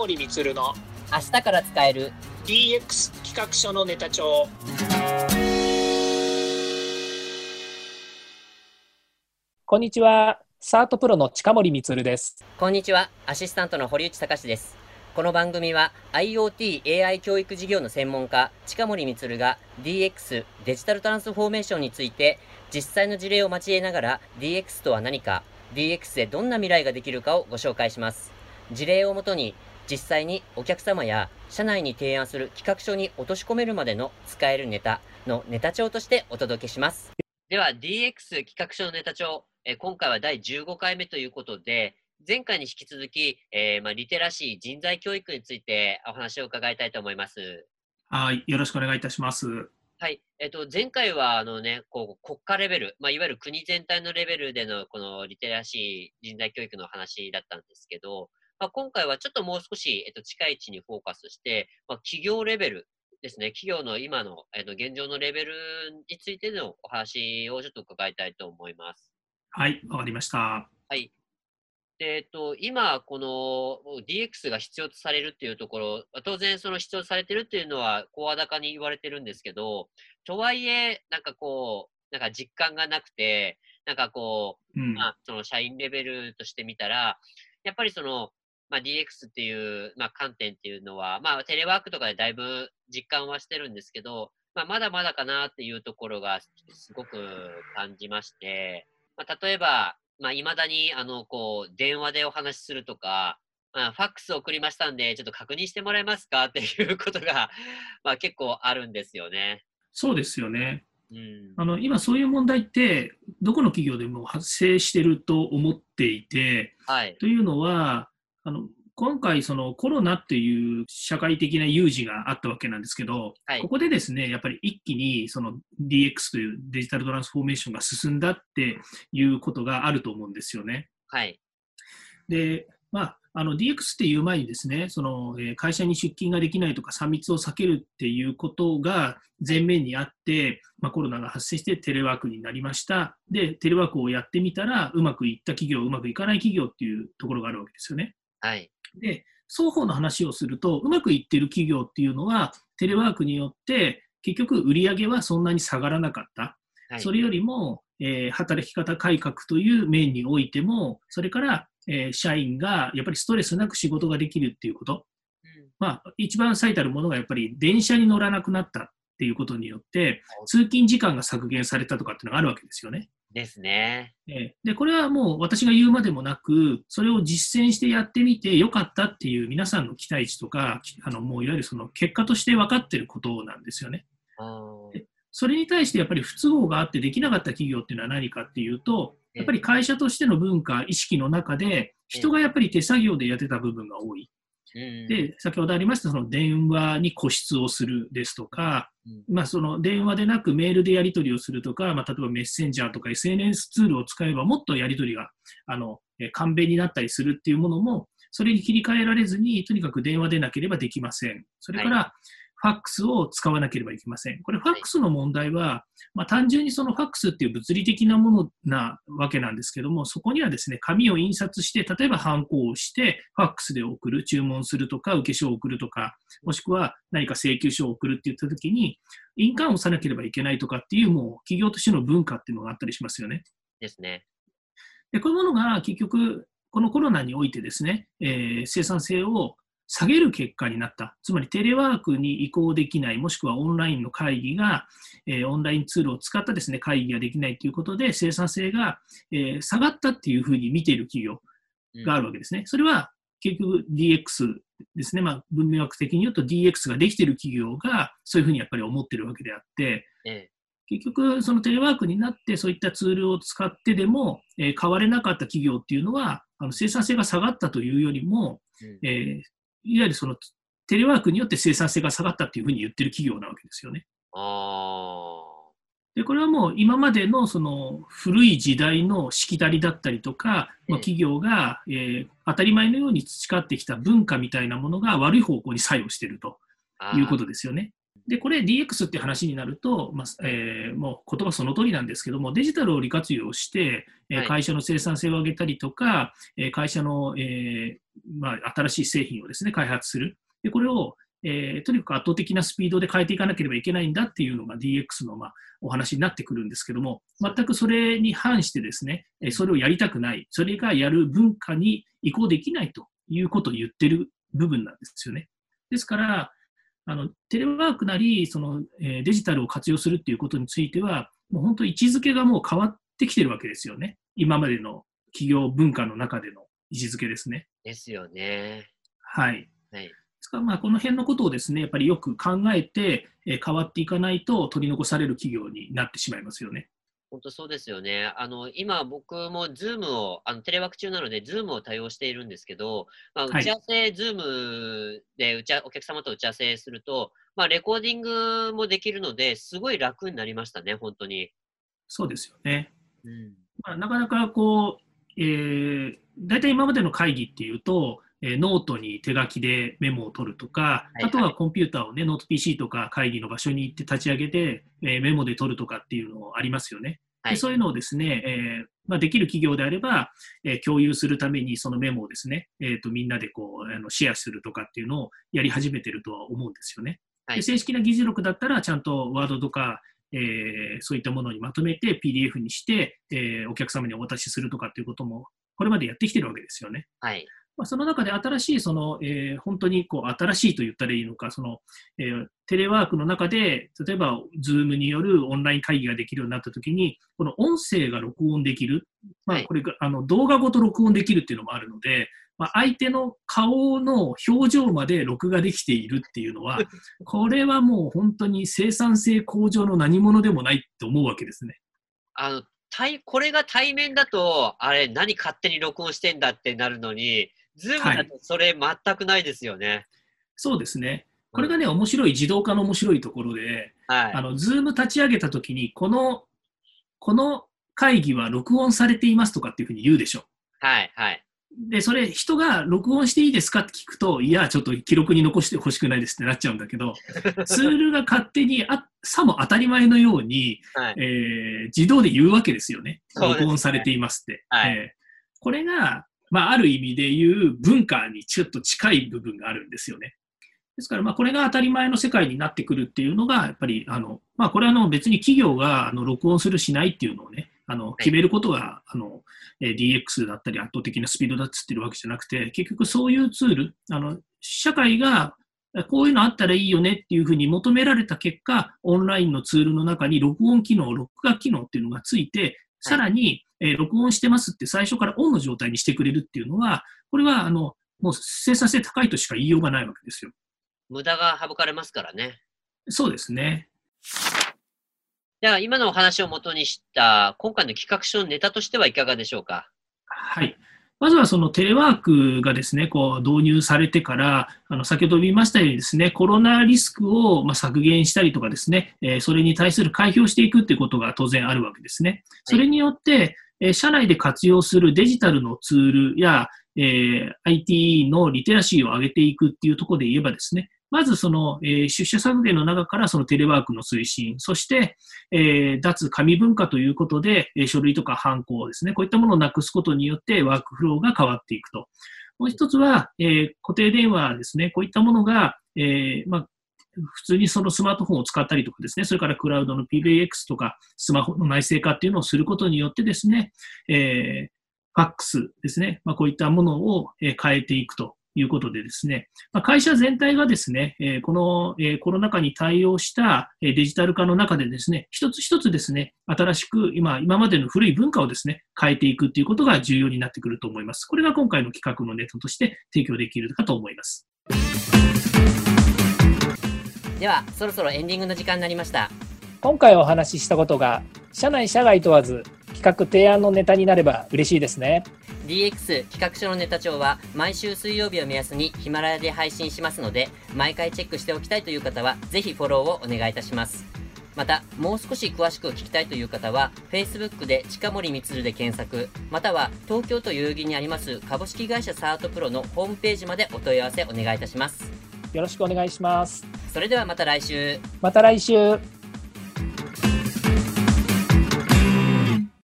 森充の明日から使える DX 企画書のネタ帳。こんにちは、サートプロの近森充です。 こんにちは、アシスタントの堀内隆です。この番組は IoT AI 教育事業の専門家近森充が DX デジタルトランスフォーメーションについて実際の事例を交えながら DX とは何か、 DX でどんな未来ができるかをご紹介します。事例をもとに実際にお客様や社内に提案する企画書に落とし込めるまでの使えるネタのネタ帳としてお届けします。では DX 企画書のネタ帳、今回は第15回目ということで、前回に引き続き、リテラシー人材教育についてお話を伺いたいと思います。 はい、よろしくお願いいたします。 はい。前回は、国家レベル、いわゆる国全体のレベルでの、このリテラシー人材教育の話だったんですけど、今回はちょっともう少し、近い位置にフォーカスして、企業レベルですね。企業の今の、現状のレベルについてのお話をちょっと伺いたいと思います。 はい、わかりました。 はい。で、今、この DX が必要とされるっていうところ、当然その必要とされてるっていうのは声高に言われてるんですけど、とはいえ、実感がなくて、その社員レベルとして見たら、やっぱりDX っていう、観点っていうのは、テレワークとかでだいぶ実感はしてるんですけど、まだまだかなっていうところがすごく感じまして、例えば、未だに、電話でお話しするとか、ファックス送りましたんで、ちょっと確認してもらえますかっていうことが、結構あるんですよね。 そうですよね。 うん。 今そういう問題ってどこの企業でも発生していると思っていて、 はい。 というのは今回そのコロナっていう社会的な有事があったわけなんですけど、 はい。 ここでですね、やっぱり一気にその DX というデジタルトランスフォーメーションが進んだっていうことがあると思うんですよね。 はい。 で、DX っていう前にですね、会社に出勤ができないとか3密を避けるっていうことが前面にあって、コロナが発生してテレワークになりました。で、テレワークをやってみたら、うまくいった企業、うまくいかない企業っていうところがあるわけですよね。 はい。 で、双方の話をすると、うまくいっている企業っていうのは、テレワークによって結局売り上げはそんなに下がらなかった。 はい。 それよりも、働き方改革という面においても、それから、社員がやっぱりストレスなく仕事ができるっていうこと、一番最たるものがやっぱり電車に乗らなくなったっていうことによって、通勤時間が削減されたとかっていうのがあるわけですよね。 ですね。 で、これはもう私が言うまでもなく、それを実践してやってみてよかったっていう皆さんの期待値とか、もういわゆるその結果として分かっていることなんですよね。でそれに対してやっぱり不都合があってできなかった企業っていうのは何かっていうと、やっぱり会社としての文化、意識の中で、人がやっぱり手作業でやってた部分が多い。で、先ほどありましたその電話に固執をするですとか、その電話でなくメールでやり取りをするとか、例えばメッセンジャーとか SNS ツールを使えばもっとやり取りが簡便になったりするっていうものも、それに切り替えられずに、とにかく電話でなければできません。それから、ファックスを使わなければいけません。これ、ファックスの問題は、単純にそのファックスっていう物理的なものなわけなんですけども、そこにはですね、紙を印刷して、例えばハンコをして、ファックスで送る、注文するとか、受書を送るとか、もしくは何か請求書を送るって言ったときに、印鑑を押さなければいけないとかっていう、もう企業としての文化っていうのがあったりしますよね。 ですね。 で、こういうものが結局、このコロナにおいてですね、生産性を下げる結果になった。つまりテレワークに移行できない、もしくはオンラインの会議が、オンラインツールを使ったですね、会議ができないということで、生産性が、下がったっていうふうに見ている企業があるわけですね。それは結局 DX ですね。文脈的に言うと DX ができている企業がそういうふうにやっぱり思っているわけであって、結局そのテレワークになってそういったツールを使ってでも、変われなかった企業っていうのは、生産性が下がったというよりも、いわゆるそのテレワークによって生産性が下がったっていうふうに言ってる企業なわけですよね。で、これはもう今までのその古い時代のしきたりだったりとか、企業が、当たり前のように培ってきた文化みたいなものが悪い方向に作用しているということですよね。で、これ DX って話になると、もう言葉その通りなんですけども、デジタルを利活用して、会社の生産性を上げたりとか、会社の、 新しい製品をですね、開発する。で、これを、とにかく圧倒的なスピードで変えていかなければいけないんだっていうのが DX のお話になってくるんですけども、全くそれに反してですね、それをやりたくない、それがやる文化に移行できないということを言ってる部分なんですよね。ですから、テレワークなり、デジタルを活用するっていうことについては、もう本当位置づけがもう変わってきてるわけですよね。今までの企業文化の中での位置づけですね。 ですよね。 はい。 はい。 ですからこの辺のことをですね、やっぱりよく考えて、変わっていかないと取り残される企業になってしまいますよね。 本当そうですよね。今僕も Zoom を、テレワーク中なので Zoom を多用しているんですけど、打ち合わせ、Zoom でお客様と打ち合わせすると、レコーディングもできるので、すごい楽になりましたね、本当に。 そうですよね。 うん。 なかなか大体今までの会議っていうと、ノートに手書きでメモを取るとか、あとはコンピューターをね、ノート PC とか会議の場所に行って立ち上げて、メモで取るとかっていうのありますよね。でそういうのをですね、できる企業であれば、共有するためにそのメモをですね、みんなでシェアするとかっていうのをやり始めてるとは思うんですよね。で正式な議事録だったら、ちゃんとワードとか、そういったものにまとめて PDF にして、お客様にお渡しするとかっていうことも、これまでやってきてるわけですよね。 はい。 その中で新しい本当に新しいと言ったらいいのか、テレワークの中で、例えば Zoom によるオンライン会議ができるようになったときに、この音声が録音できる、これが動画ごと録音できるっていうのもあるので、相手の顔の表情まで録画できているっていうのは、これはもう本当に生産性向上の何者でもないと思うわけですね。 これが対面だと、あれ、何勝手に録音してんだってなるのに、ズームだとそれ全くないですよね。 そうですね。これがね、面白い、自動化の面白いところで、ズーム立ち上げたときに、この会議は録音されていますとかっていうふうに言うでしょ。 はいはい。 で、それ、人が録音していいですかって聞くと、いや、ちょっと記録に残してほしくないですってなっちゃうんだけど、ツールが勝手にさも当たり前のように、自動で言うわけですよね。録音されていますって。これが、ある意味で言う文化にちょっと近い部分があるんですよね。ですから、これが当たり前の世界になってくるっていうのが、やっぱり、これは別に企業が録音するしないっていうのをね、決めることが、DX だったり圧倒的なスピードだっつってるわけじゃなくて、結局そういうツール、社会がこういうのあったらいいよねっていうふうに求められた結果、オンラインのツールの中に録音機能、録画機能っていうのがついて、さらに、録音してますって最初からオンの状態にしてくれるっていうのは、これはもう生産性高いとしか言いようがないわけですよ。 無駄が省かれますからね。 そうですね。 では、今のお話を元にした今回の企画書のネタとしてはいかがでしょうか。 はい。まずはそのテレワークがですね、導入されてから、先ほど言いましたようにですね、コロナリスクを削減したりとかですね、それに対する回避をしていくっていうことが当然あるわけですね。それによって、社内で活用するデジタルのツールや、IT のリテラシーを上げていくっていうところで言えばですね、まず出社削減の中からそのテレワークの推進、そして、脱紙文化ということで、書類とかハンコですね、こういったものをなくすことによってワークフローが変わっていくと。もう一つは、固定電話ですね、こういったものが、普通にそのスマートフォンを使ったりとかですね、それからクラウドの PBX とかスマホの内製化っていうのをすることによってですね、ファックスですね、こういったものを変えていくということでですね、会社全体がですね、このコロナ禍に対応したデジタル化の中でですね、一つ一つですね、新しく今までの古い文化をですね、変えていくということが重要になってくると思います。これが今回の企画のネタとして提供できるかと思います。 では、そろそろエンディングの時間になりました。 今回お話ししたことが、社内社外問わず、企画提案のネタになれば嬉しいですね。 DX 企画書のネタ帳は毎週水曜日を目安にヒマラヤで配信しますので、毎回チェックしておきたいという方はぜひフォローをお願いいたします。また、もう少し詳しく聞きたいという方は Facebook で近森光で検索、または東京都代々木にあります株式会社サートプロのホームページまでお問い合わせお願いいたします。 よろしくお願いします。 それではまた来週。 また来週。